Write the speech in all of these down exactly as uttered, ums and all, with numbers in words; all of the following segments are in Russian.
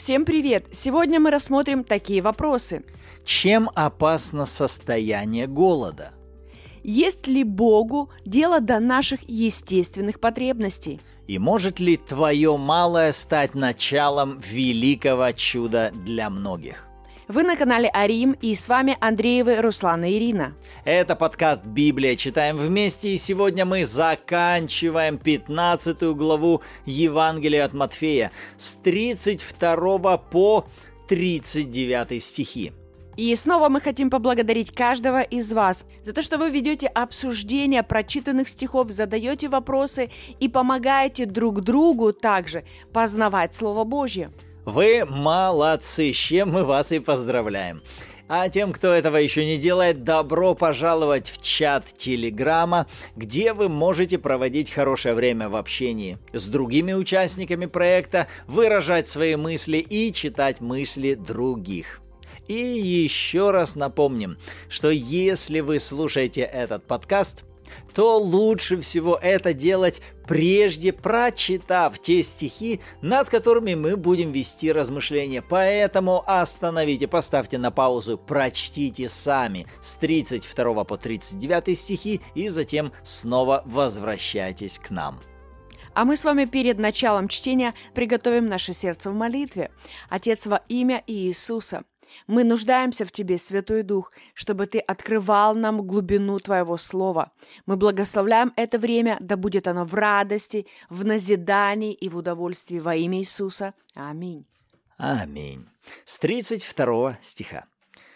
Всем привет! Сегодня мы рассмотрим такие вопросы. Чем опасно состояние голода? Есть ли Богу дело до наших естественных потребностей? И может ли твое малое стать началом великого чуда для многих? Вы на канале Арим, и с вами Андреевы Руслан и Ирина. Это подкаст «Библия. Читаем вместе», и сегодня мы заканчиваем пятнадцатую главу Евангелия от Матфея с тридцать второго по тридцать девятый стихи. И снова мы хотим поблагодарить каждого из вас за то, что вы ведете обсуждение прочитанных стихов, задаете вопросы и помогаете друг другу также познавать Слово Божье. Вы молодцы, с чем мы вас и поздравляем. А тем, кто этого еще не делает, добро пожаловать в чат Телеграма, где вы можете проводить хорошее время в общении с другими участниками проекта, выражать свои мысли и читать мысли других. И еще раз напомним, что если вы слушаете этот подкаст, то лучше всего это делать, прежде прочитав те стихи, над которыми мы будем вести размышления. Поэтому остановите, поставьте на паузу, прочтите сами с тридцать второго по тридцать девятый стихи и затем снова возвращайтесь к нам. А мы с вами перед началом чтения приготовим наше сердце в молитве. Отец, во имя Иисуса, мы нуждаемся в Тебе, Святой Дух, чтобы Ты открывал нам глубину Твоего Слова. Мы благословляем это время, да будет оно в радости, в назидании и в удовольствии во имя Иисуса. Аминь. Аминь. С тридцать второго стиха.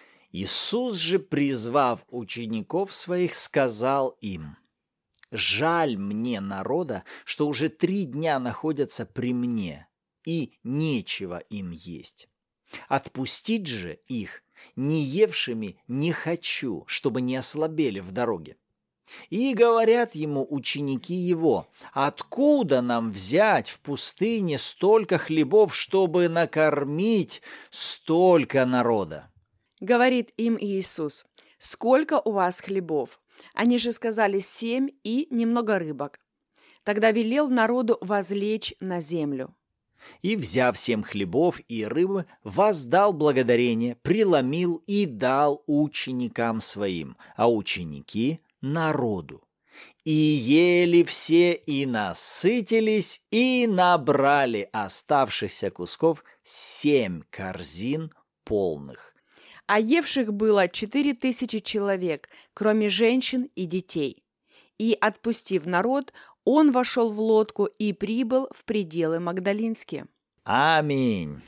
Иисус же, призвав учеников своих, сказал им: «Жаль мне народа, что уже три дня находятся при мне, и нечего им есть. Отпустить же их, не евшими, не хочу, чтобы не ослабели в дороге». И говорят ему ученики его: «Откуда нам взять в пустыне столько хлебов, чтобы накормить столько народа?» Говорит им Иисус: «Сколько у вас хлебов?» Они же сказали: «Семь и немного рыбок». Тогда велел народу возлечь на землю. И, взяв семь хлебов и рыбы, воздал благодарение, преломил и дал ученикам своим, а ученики – народу. И ели все, и насытились, и набрали оставшихся кусков семь корзин полных. А евших было четыре тысячи человек, кроме женщин и детей. И, отпустив народ, он вошел в лодку и прибыл в пределы Магдалинские. Аминь.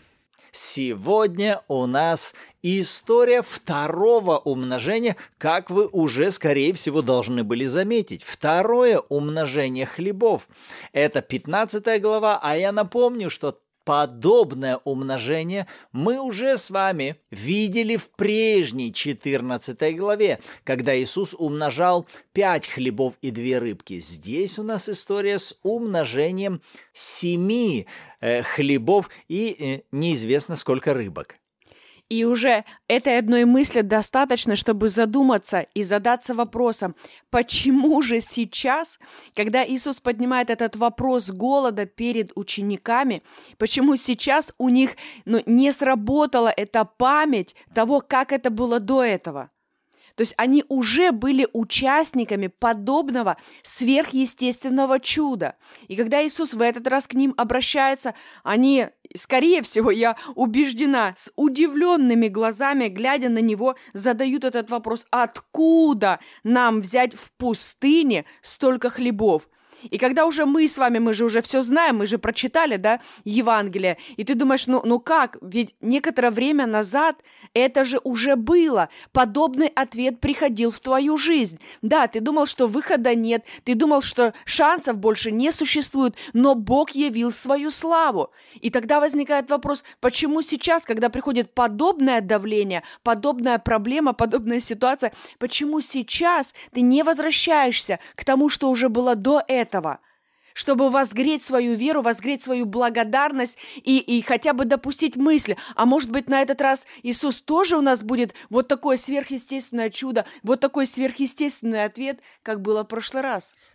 Сегодня у нас история второго умножения, как вы уже, скорее всего, должны были заметить. Второе умножение хлебов. Это пятнадцатая глава, а я напомню, что подобное умножение мы уже с вами видели в прежней четырнадцатой главе, когда Иисус умножал пять хлебов и две рыбки. Здесь у нас история с умножением семи э, хлебов и э, неизвестно сколько рыбок. И уже этой одной мысли достаточно, чтобы задуматься и задаться вопросом, почему же сейчас, когда Иисус поднимает этот вопрос голода перед учениками, почему сейчас у них ну, не сработала эта память того, как это было до этого? То есть они уже были участниками подобного сверхъестественного чуда. И когда Иисус в этот раз к ним обращается, они, скорее всего, я убеждена, с удивленными глазами, глядя на него, задают этот вопрос: откуда нам взять в пустыне столько хлебов? И когда уже мы с вами, мы же уже все знаем, мы же прочитали, да, Евангелие, и ты думаешь, ну, ну как, ведь некоторое время назад это же уже было, подобный ответ приходил в твою жизнь. Да, ты думал, что выхода нет, ты думал, что шансов больше не существует, но Бог явил свою славу. И тогда возникает вопрос, почему сейчас, когда приходит подобное давление, подобная проблема, подобная ситуация, почему сейчас ты не возвращаешься к тому, что уже было до этого? Этого, чтобы возгреть свою веру, возгреть свою благодарность и, и хотя бы допустить мысли, а может быть на этот раз Иисус тоже у нас будет вот такое сверхъестественное чудо, вот такой сверхъестественный ответ, как было в прошлый раз.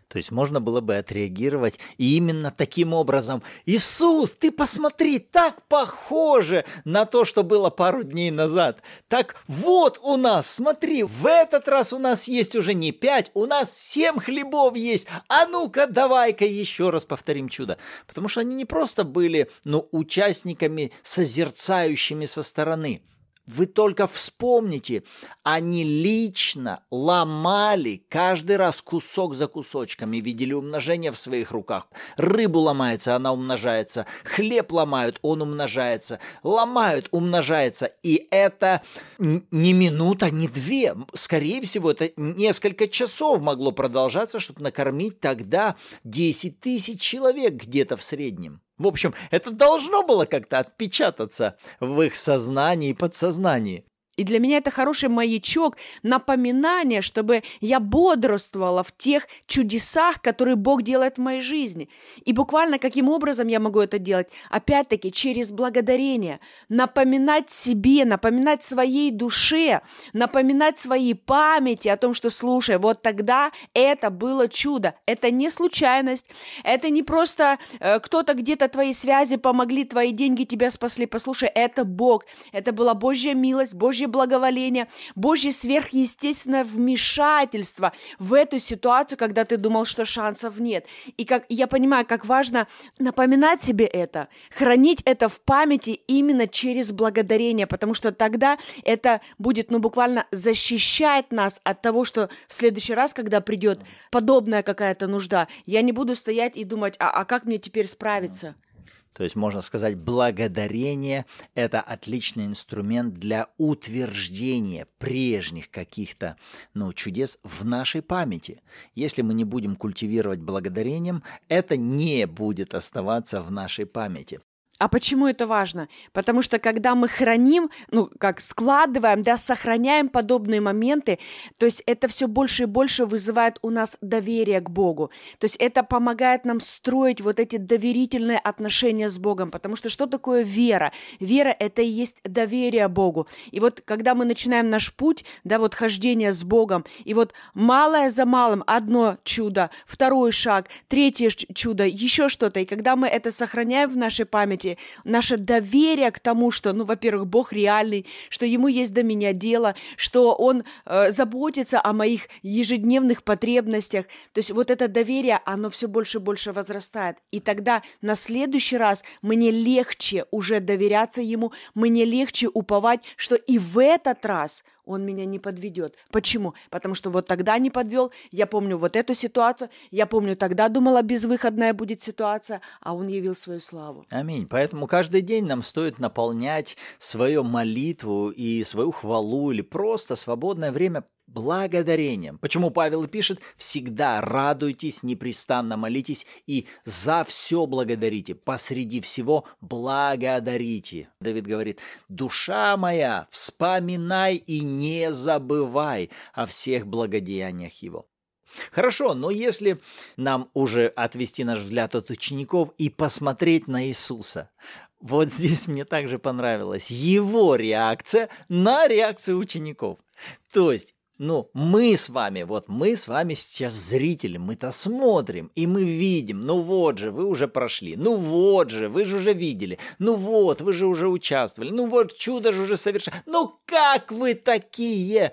То есть можно было бы отреагировать и именно таким образом. Иисус, ты посмотри, так похоже на то, что было пару дней назад. Так вот у нас, смотри, в этот раз у нас есть уже не пять, у нас семь хлебов есть. А ну-ка, давай-ка еще раз повторим чудо. Потому что они не просто были, ну, участниками, созерцающими со стороны. Вы только вспомните, они лично ломали каждый раз кусок за кусочком и видели умножение в своих руках. Рыбу ломается, она умножается. Хлеб ломают, он умножается. Ломают, умножается. И это не минута, не две. Скорее всего, это несколько часов могло продолжаться, чтобы накормить тогда десять тысяч человек где-то в среднем. В общем, это должно было как-то отпечататься в их сознании и подсознании. И для меня это хороший маячок, напоминание, чтобы я бодрствовала в тех чудесах, которые Бог делает в моей жизни. И буквально каким образом я могу это делать? Опять-таки через благодарение. Напоминать себе, напоминать своей душе, напоминать своей памяти о том, что, слушай, вот тогда это было чудо. Это не случайность, это не просто э, кто-то где-то твои связи помогли, твои деньги тебя спасли. Послушай, это Бог, это была Божья милость, Божья благоволение, Божье сверхъестественное вмешательство в эту ситуацию, когда ты думал, что шансов нет. И как я понимаю, как важно напоминать себе это, хранить это в памяти именно через благодарение, потому что тогда это будет, ну, буквально защищать нас от того, что в следующий раз, когда придет подобная какая-то нужда, я не буду стоять и думать, а, а как мне теперь справиться? То есть, можно сказать, благодарение – это отличный инструмент для утверждения прежних каких-то, ну, чудес в нашей памяти. Если мы не будем культивировать благодарением, это не будет оставаться в нашей памяти. А почему это важно? Потому что когда мы храним, ну, как складываем, да, сохраняем подобные моменты, то есть это все больше и больше вызывает у нас доверие к Богу. То есть это помогает нам строить вот эти доверительные отношения с Богом. Потому что что такое вера? Вера – это и есть доверие Богу. И вот когда мы начинаем наш путь, да, вот хождение с Богом, и вот малое за малым, одно чудо, второй шаг, третье чудо, еще что-то, и когда мы это сохраняем в нашей памяти, наше доверие к тому, что, ну, во-первых, Бог реальный, что Ему есть до меня дело, что Он э, заботится о моих ежедневных потребностях. То есть вот это доверие, оно все больше и больше возрастает. И тогда на следующий раз мне легче уже доверяться Ему, мне легче уповать, что и в этот раз Он меня не подведет. Почему? Потому что вот тогда не подвел, я помню вот эту ситуацию, я помню, тогда думала, безвыходная будет ситуация, а Он явил свою славу. Аминь. Поэтому каждый день нам стоит наполнять свою молитву и свою хвалу или просто свободное время благодарением. Почему Павел и пишет: «Всегда радуйтесь, непрестанно молитесь и за все благодарите, посреди всего благодарите». Давид говорит: «Душа моя, вспоминай и не забывай о всех благодеяниях Его». Хорошо, но если нам уже отвести наш взгляд от учеников и посмотреть на Иисуса, вот здесь мне также понравилась его реакция на реакцию учеников. То есть, ну, мы с вами, вот мы с вами сейчас зрители, мы-то смотрим, и мы видим, ну вот же, вы уже прошли, ну вот же, вы же уже видели, ну вот, вы же уже участвовали, ну вот, чудо же уже совершено, ну как вы такие?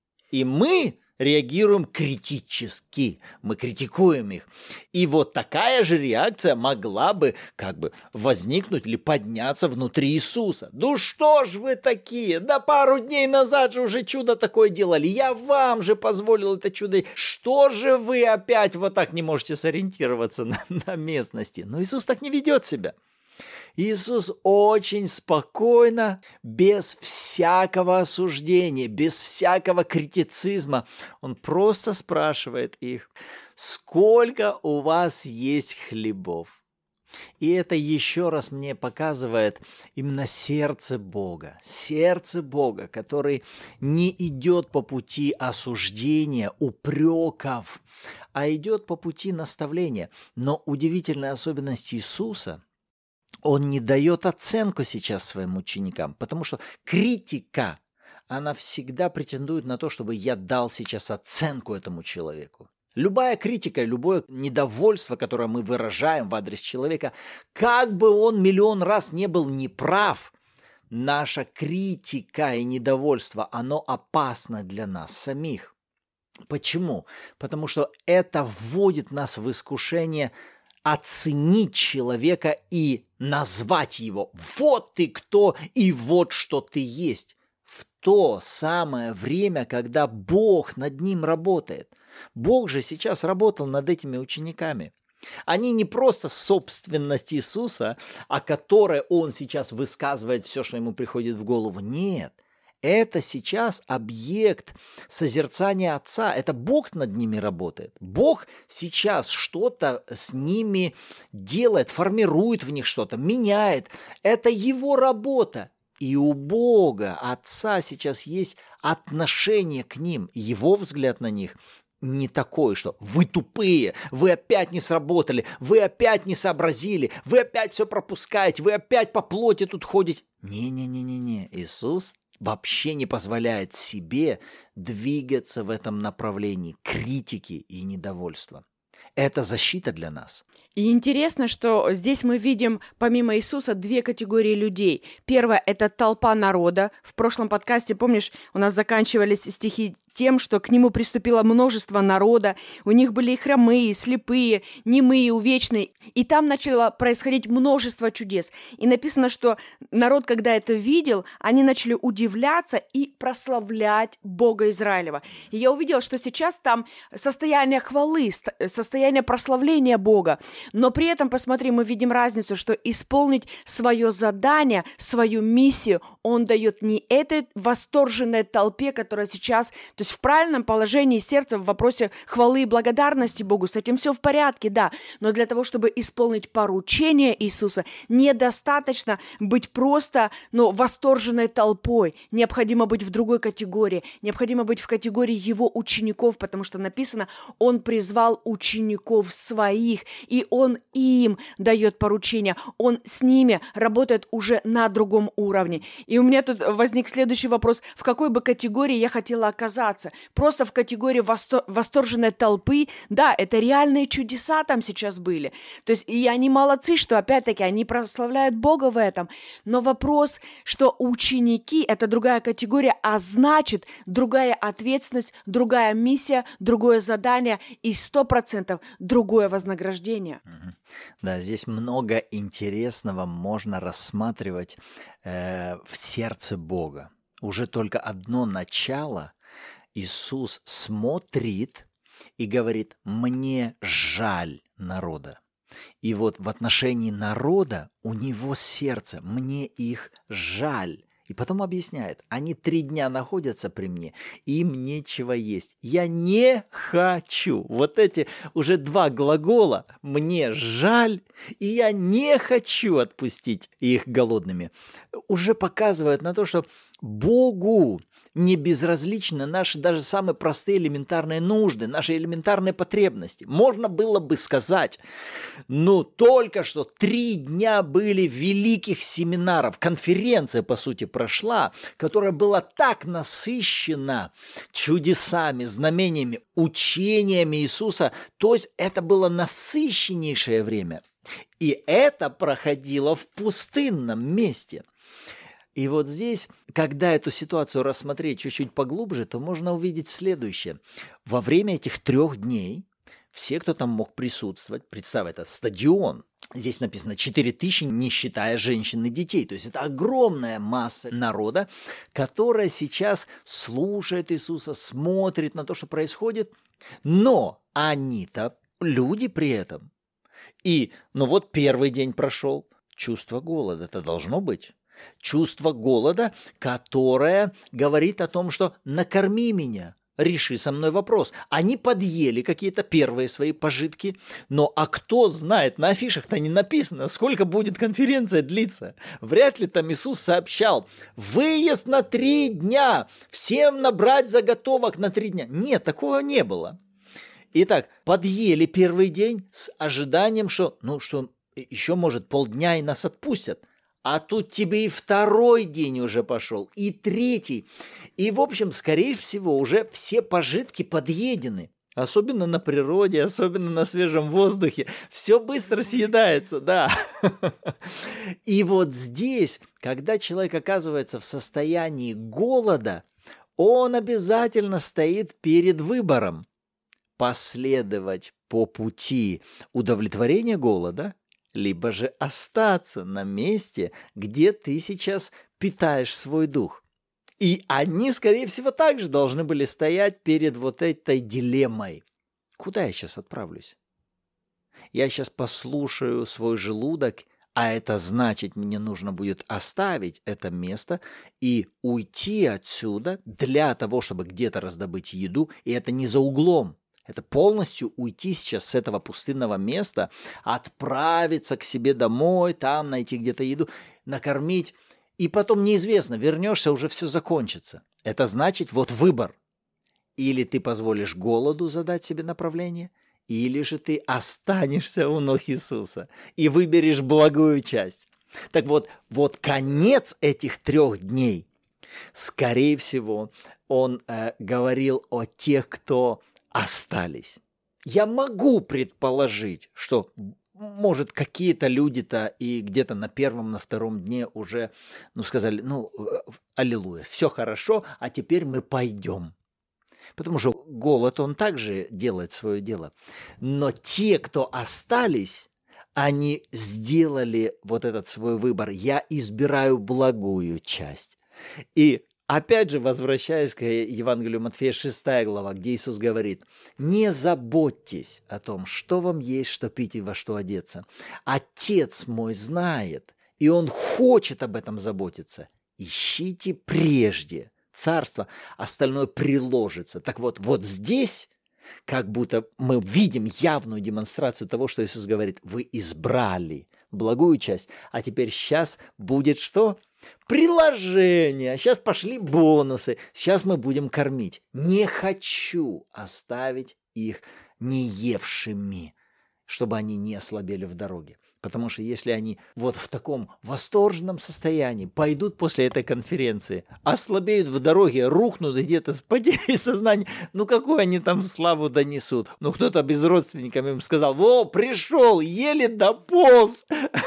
И мы реагируем критически, мы критикуем их. И вот такая же реакция могла бы как бы возникнуть или подняться внутри Иисуса. Ну что ж вы такие? Да пару дней назад же уже чудо такое делали. Я вам же позволил это чудо. Что же вы опять вот так не можете сориентироваться на, на местности? Но Иисус так не ведет себя. Иисус очень спокойно, без всякого осуждения, без всякого критицизма, Он просто спрашивает их: сколько у вас есть хлебов? И это еще раз мне показывает именно сердце Бога, сердце Бога, который не идет по пути осуждения, упреков, а идет по пути наставления. Но удивительная особенность Иисуса – Он не дает оценку сейчас своим ученикам, потому что критика, она всегда претендует на то, чтобы я дал сейчас оценку этому человеку. Любая критика, любое недовольство, которое мы выражаем в адрес человека, как бы он миллион раз не был неправ, наша критика и недовольство, оно опасно для нас самих. Почему? Потому что это вводит нас в искушение оценить человека и назвать его. Вот ты кто и вот что ты есть. В то самое время, когда Бог над ним работает. Бог же сейчас работал над этими учениками. Они не просто собственность Иисуса, о которой Он сейчас высказывает все, что ему приходит в голову. Нет, это сейчас объект созерцания Отца. Это Бог над ними работает. Бог сейчас что-то с ними делает, формирует в них что-то, меняет. Это Его работа. И у Бога, Отца, сейчас есть отношение к ним, Его взгляд на них не такой, что вы тупые, вы опять не сработали, вы опять не сообразили, вы опять все пропускаете, вы опять по плоти тут ходите. Не-не-не-не-не, Иисус вообще не позволяет себе двигаться в этом направлении критики и недовольства. Это защита для нас. И интересно, что здесь мы видим, помимо Иисуса, две категории людей. Первая – это толпа народа. В прошлом подкасте, помнишь, у нас заканчивались стихи тем, что к нему приступило множество народа. У них были и хромые, и слепые, немые, увечные. И там начало происходить множество чудес. И написано, что народ, когда это видел, они начали удивляться и прославлять Бога Израилева. И я увидела, что сейчас там состояние хвалы, состояние прославления Бога. Но при этом, посмотри, мы видим разницу, что исполнить свое задание, свою миссию Он дает не этой восторженной толпе, которая сейчас, то есть в правильном положении сердца в вопросе хвалы и благодарности Богу, с этим все в порядке, да, но для того, чтобы исполнить поручение Иисуса, недостаточно быть просто, ну, восторженной толпой, необходимо быть в другой категории, необходимо быть в категории Его учеников, потому что написано, Он призвал учеников своих, и Он им дает поручения, Он с ними работает уже на другом уровне. И у меня тут возник следующий вопрос, в какой бы категории я хотела оказаться? Просто в категории восто- восторженной толпы? Да, это реальные чудеса там сейчас были. То есть и они молодцы, что опять-таки они прославляют Бога в этом. Но вопрос, что ученики – это другая категория, а значит, другая ответственность, другая миссия, другое задание и сто процентов другое вознаграждение. Да, здесь много интересного можно рассматривать э, в сердце Бога. Уже только одно начало Иисус смотрит и говорит: «Мне жаль народа». И вот в отношении народа у него сердце: «Мне их жаль». И потом объясняет: они три дня находятся при мне, им нечего есть. Я не хочу. Вот эти уже два глагола: «мне жаль» и «я не хочу отпустить их голодными», уже показывают на то, что Богу не безразличны наши даже самые простые элементарные нужды, наши элементарные потребности. Можно было бы сказать, ну только что три дня были великих семинаров, конференция, по сути, прошла, которая была так насыщена чудесами, знамениями, учениями Иисуса, то есть это было насыщеннейшее время. И это проходило в пустынном месте. И вот здесь, когда эту ситуацию рассмотреть чуть-чуть поглубже, то можно увидеть следующее. Во время этих трех дней все, кто там мог присутствовать, представь, это стадион, здесь написано четыре тысячи, не считая женщин и детей. То есть это огромная масса народа, которая сейчас слушает Иисуса, смотрит на то, что происходит, но они-то люди при этом. И, ну вот первый день прошел, чувство голода, это должно быть. Чувство голода, которое говорит о том, что накорми меня, реши со мной вопрос. Они подъели какие-то первые свои пожитки, но а кто знает, на афишах-то не написано, сколько будет конференция длиться. Вряд ли там Иисус сообщал: выезд на три дня, всем набрать заготовок на три дня. Нет, такого не было. Итак, подъели первый день с ожиданием, что, ну, что еще, может, полдня и нас отпустят. А тут тебе и второй день уже пошел, и третий. И, в общем, скорее всего, уже все пожитки подъедены. Особенно на природе, особенно на свежем воздухе. Все быстро съедается, да. И вот здесь, когда человек оказывается в состоянии голода, он обязательно стоит перед выбором: последовать по пути удовлетворения голода, либо же остаться на месте, где ты сейчас питаешь свой дух. И они, скорее всего, также должны были стоять перед вот этой дилеммой. Куда я сейчас отправлюсь? Я сейчас послушаю свой желудок, а это значит, мне нужно будет оставить это место и уйти отсюда для того, чтобы где-то раздобыть еду. И это не за углом. Это полностью уйти сейчас с этого пустынного места, отправиться к себе домой, там найти где-то еду, накормить. И потом неизвестно, вернешься, уже все закончится. Это значит, вот выбор. Или ты позволишь голоду задать себе направление, или же ты останешься у ног Иисуса и выберешь благую часть. Так вот, вот конец этих трех дней, скорее всего, он э, говорил о тех, кто остались. Я могу предположить, что... Может, какие-то люди-то и где-то на первом, на втором дне уже, ну, сказали, ну, аллилуйя, все хорошо, а теперь мы пойдем. Потому что голод, он также делает свое дело. Но те, кто остались, они сделали вот этот свой выбор. Я избираю благую часть. И опять же, возвращаясь к Евангелию Матфея, шестая глава, где Иисус говорит: «Не заботьтесь о том, что вам есть, что пить и во что одеться. Отец мой знает, и Он хочет об этом заботиться. Ищите прежде царство, остальное приложится». Так вот, вот здесь как будто мы видим явную демонстрацию того, что Иисус говорит: вы избрали благую часть, а теперь сейчас будет что? Приложение. Сейчас пошли бонусы. Сейчас мы будем кормить. Не хочу оставить их неевшими, чтобы они не ослабели в дороге. Потому что если они вот в таком восторженном состоянии пойдут после этой конференции, ослабеют в дороге, рухнут где-то с потерей сознания, ну какую они там славу донесут? Ну кто-то без родственников им сказал: «Во, пришел, еле дополз,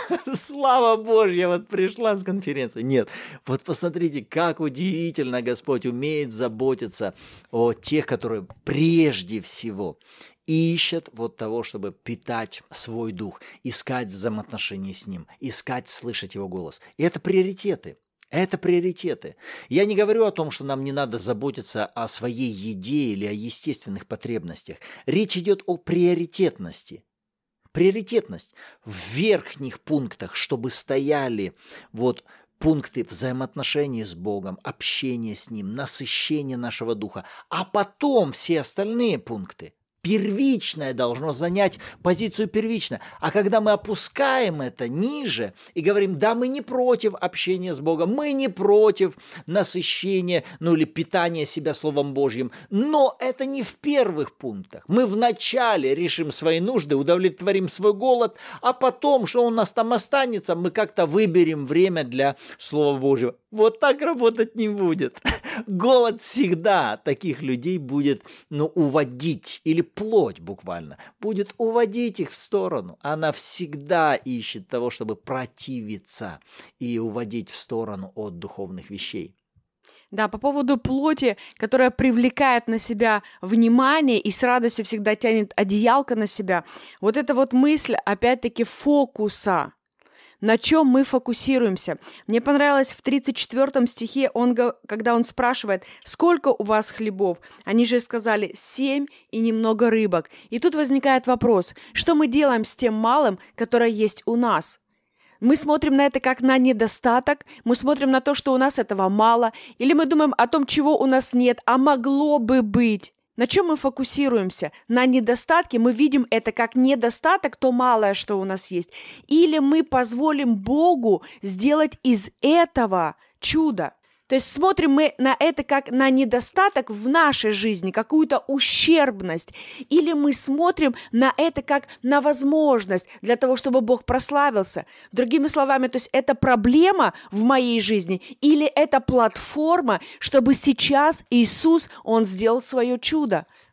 слава Божья, вот пришла с конференции». Нет, вот посмотрите, как удивительно Господь умеет заботиться о тех, которые прежде всего ищет вот того, чтобы питать свой дух, искать взаимоотношения с Ним, искать слышать Его голос. И это приоритеты. Это приоритеты. Я не говорю о том, что нам не надо заботиться о своей еде или о естественных потребностях. Речь идет о приоритетности. Приоритетность в верхних пунктах, чтобы стояли вот пункты взаимоотношений с Богом, общение с Ним, насыщение нашего духа, а потом все остальные пункты. Первичное должно занять позицию первично. А когда мы опускаем это ниже и говорим: да, мы не против общения с Богом, мы не против насыщения, ну или питания себя Словом Божьим, но это не в первых пунктах. Мы вначале решим свои нужды, удовлетворим свой голод, а потом, что у нас там останется, мы как-то выберем время для Слова Божьего. Вот так работать не будет. Голод всегда таких людей будет, ну, уводить, или плоть буквально, будет уводить их в сторону. Она всегда ищет того, чтобы противиться и уводить в сторону от духовных вещей. Да, по поводу плоти, которая привлекает на себя внимание и с радостью всегда тянет одеялко на себя. Вот эта вот мысль, опять-таки, фокуса. На чем мы фокусируемся? Мне понравилось в тридцать четвёртом стихе, он, когда он спрашивает: сколько у вас хлебов? Они же сказали: семь и немного рыбок. И тут возникает вопрос: что мы делаем с тем малым, которое есть у нас? Мы смотрим на это как на недостаток, мы смотрим на то, что у нас этого мало, или мы думаем о том, чего у нас нет, а могло бы быть. На чем мы фокусируемся? На недостатке мы видим это как недостаток, то малое, что у нас есть. Или мы позволим Богу сделать из этого чудо. То есть смотрим мы на это как на недостаток в нашей жизни, какую-то ущербность. Или мы смотрим на это как на возможность для того, чтобы Бог прославился. Другими словами, то есть это проблема в моей жизни или это платформа, чтобы сейчас Иисус, Он сделал свое чудо.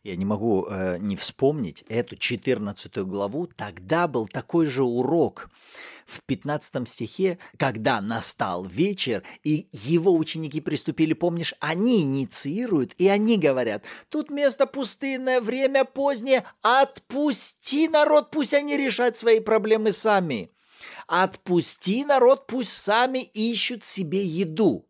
Я не могу э, не вспомнить эту четырнадцатую главу. Тогда был такой же урок. В пятнадцатом стихе, когда настал вечер, и его ученики приступили, помнишь, они инициируют, и они говорят: тут место пустынное, время позднее, отпусти народ, пусть они решают свои проблемы сами. Отпусти народ, пусть сами ищут себе еду.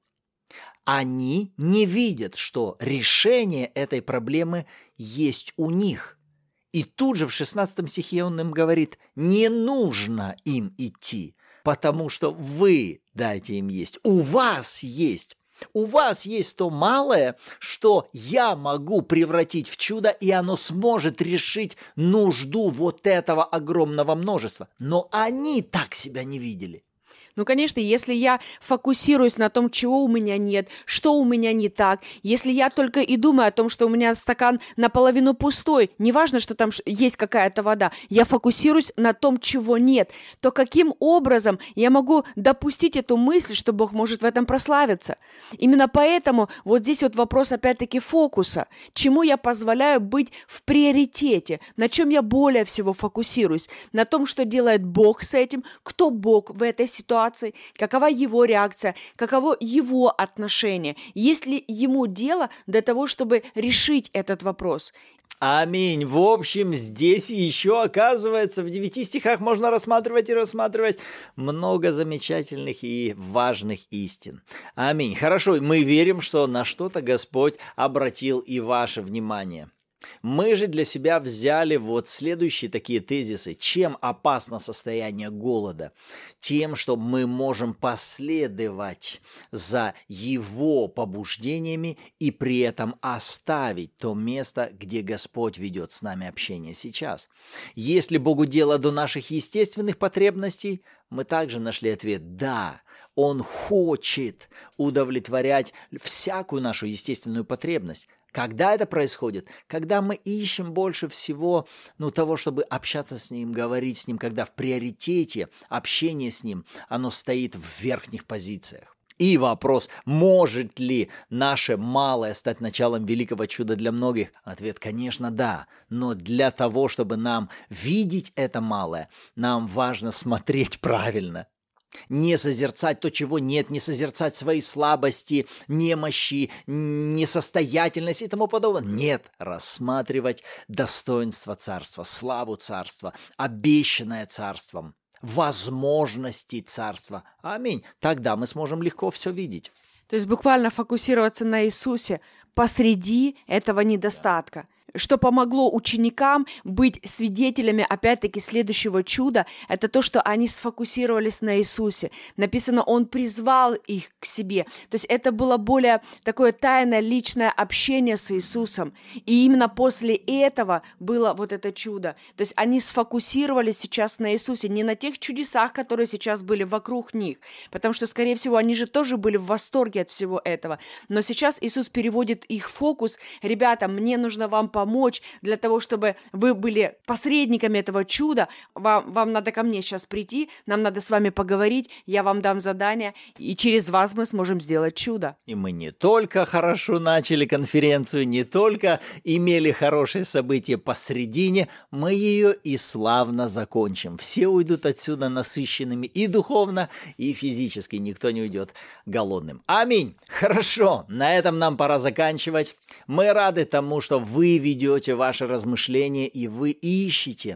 Они не видят, что решение этой проблемы есть у них. И тут же в шестнадцатом стихе он им говорит: не нужно им идти, потому что вы дайте им есть. У вас есть. У вас есть то малое, что я могу превратить в чудо, и оно сможет решить нужду вот этого огромного множества. Но они так себя не видели. Ну, конечно, если я фокусируюсь на том, чего у меня нет, что у меня не так, если я только и думаю о том, что у меня стакан наполовину пустой, неважно, что там есть какая-то вода, я фокусируюсь на том, чего нет, то каким образом я могу допустить эту мысль, что Бог может в этом прославиться? Именно поэтому вот здесь вот вопрос опять-таки фокуса. Чему я позволяю быть в приоритете? На чем я более всего фокусируюсь? На том, что делает Бог с этим, кто Бог в этой ситуации, какова его реакция, каково его отношение, есть ли ему дело для того, чтобы решить этот вопрос. Аминь. В общем, здесь еще, оказывается, в девяти стихах можно рассматривать и рассматривать много замечательных и важных истин. Аминь. Хорошо, мы верим, что на что-то Господь обратил и ваше внимание. Мы же для себя взяли вот следующие такие тезисы. Чем опасно состояние голода? Тем, что мы можем последовать за его побуждениями и при этом оставить то место, где Господь ведет с нами общение сейчас. Если Богу дело до наших естественных потребностей, мы также нашли ответ «да». Он хочет удовлетворять всякую нашу естественную потребность. Когда это происходит? Когда мы ищем больше всего ну, того, чтобы общаться с Ним, говорить с Ним, когда в приоритете общение с Ним, оно стоит в верхних позициях. И вопрос, может ли наше малое стать началом великого чуда для многих? Ответ, конечно, да. Но для того, чтобы нам видеть это малое, нам важно смотреть правильно. Не созерцать то, чего нет, не созерцать свои слабости, немощи, несостоятельность и тому подобное. Нет, рассматривать достоинство царства, славу царства, обещанное царством, возможности царства. Аминь. Тогда мы сможем легко все видеть. То есть буквально фокусироваться на Иисусе посреди этого недостатка. Что помогло ученикам быть свидетелями, опять-таки, следующего чуда, это то, что они сфокусировались на Иисусе. Написано, Он призвал их к себе. То есть это было более такое тайное, личное общение с Иисусом. И именно после этого было вот это чудо. То есть они сфокусировались сейчас на Иисусе, не на тех чудесах, которые сейчас были вокруг них. Потому что, скорее всего, они же тоже были в восторге от всего этого. Но сейчас Иисус переводит их фокус. Ребята, мне нужно вам помочь. помочь для того, чтобы вы были посредниками этого чуда. Вам, вам надо ко мне сейчас прийти, нам надо с вами поговорить, я вам дам задание, и через вас мы сможем сделать чудо. И мы не только хорошо начали конференцию, не только имели хорошее событие посредине, мы ее и славно закончим. Все уйдут отсюда насыщенными и духовно, и физически. Никто не уйдет голодным. Аминь. Хорошо, на этом нам пора заканчивать. Мы рады тому, что вы ведете ваши размышления и вы ищете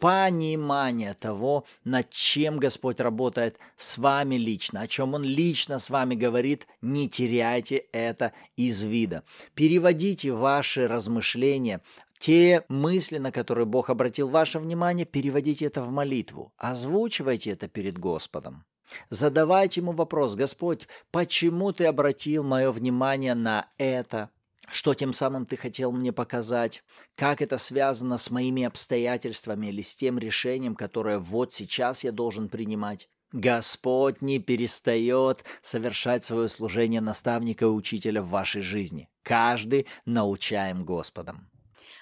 понимание того, над чем Господь работает с вами лично, о чем Он лично с вами говорит. Не теряйте это из вида. Переводите ваши размышления, те мысли, на которые Бог обратил ваше внимание, переводите это в молитву. Озвучивайте это перед Господом. Задавайте Ему вопрос: Господь, почему Ты обратил мое внимание на это? Что тем самым Ты хотел мне показать? Как это связано с моими обстоятельствами или с тем решением, которое вот сейчас я должен принимать? Господь не перестает совершать свое служение наставника и учителя в вашей жизни. Каждый научаем Господом.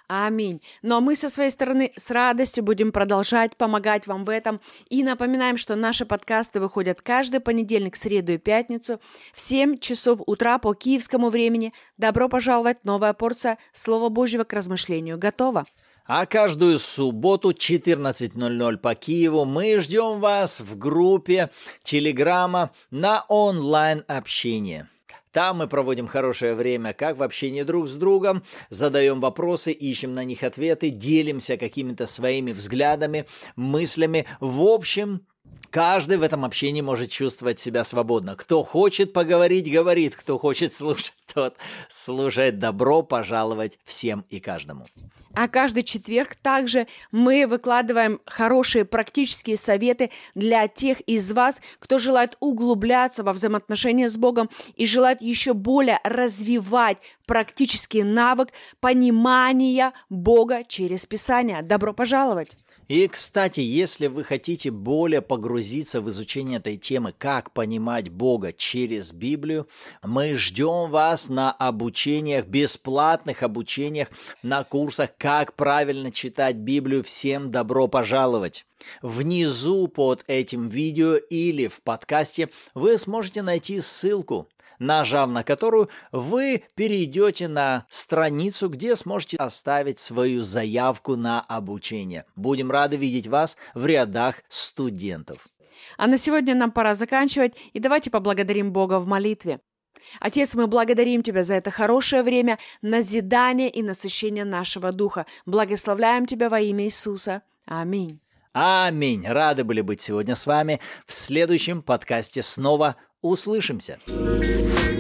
Аминь. Ну а мы со своей стороны с радостью будем продолжать помогать вам в этом. И напоминаем, что наши подкасты выходят каждый понедельник, среду и пятницу в семь часов утра по киевскому времени. Добро пожаловать! Новая порция Слова Божьего к размышлению готова. А каждую субботу четырнадцать ноль ноль по Киеву мы ждем вас в группе Телеграма на онлайн-общение. Там мы проводим хорошее время как в общении друг с другом, задаем вопросы, ищем на них ответы, делимся какими-то своими взглядами, мыслями. В общем, каждый в этом общении может чувствовать себя свободно. Кто хочет поговорить, говорит. Кто хочет слушать, тот слушает. Добро пожаловать всем и каждому. А каждый четверг также мы выкладываем хорошие практические советы для тех из вас, кто желает углубляться во взаимоотношения с Богом и желает еще более развивать практический навык понимания Бога через Писание. Добро пожаловать! И, кстати, если вы хотите более погрузиться в изучение этой темы, как понимать Бога через Библию, мы ждем вас на обучениях, бесплатных обучениях, на курсах «Как правильно читать Библию». Всем добро пожаловать! Внизу под этим видео или в подкасте вы сможете найти ссылку, нажав на которую вы перейдете на страницу, где сможете оставить свою заявку на обучение. Будем рады видеть вас в рядах студентов. А на сегодня нам пора заканчивать, и давайте поблагодарим Бога в молитве. Отец, мы благодарим Тебя за это хорошее время назидания и насыщения нашего духа. Благословляем Тебя во имя Иисуса. Аминь. Аминь. Рады были быть сегодня с вами. В следующем подкасте снова услышимся.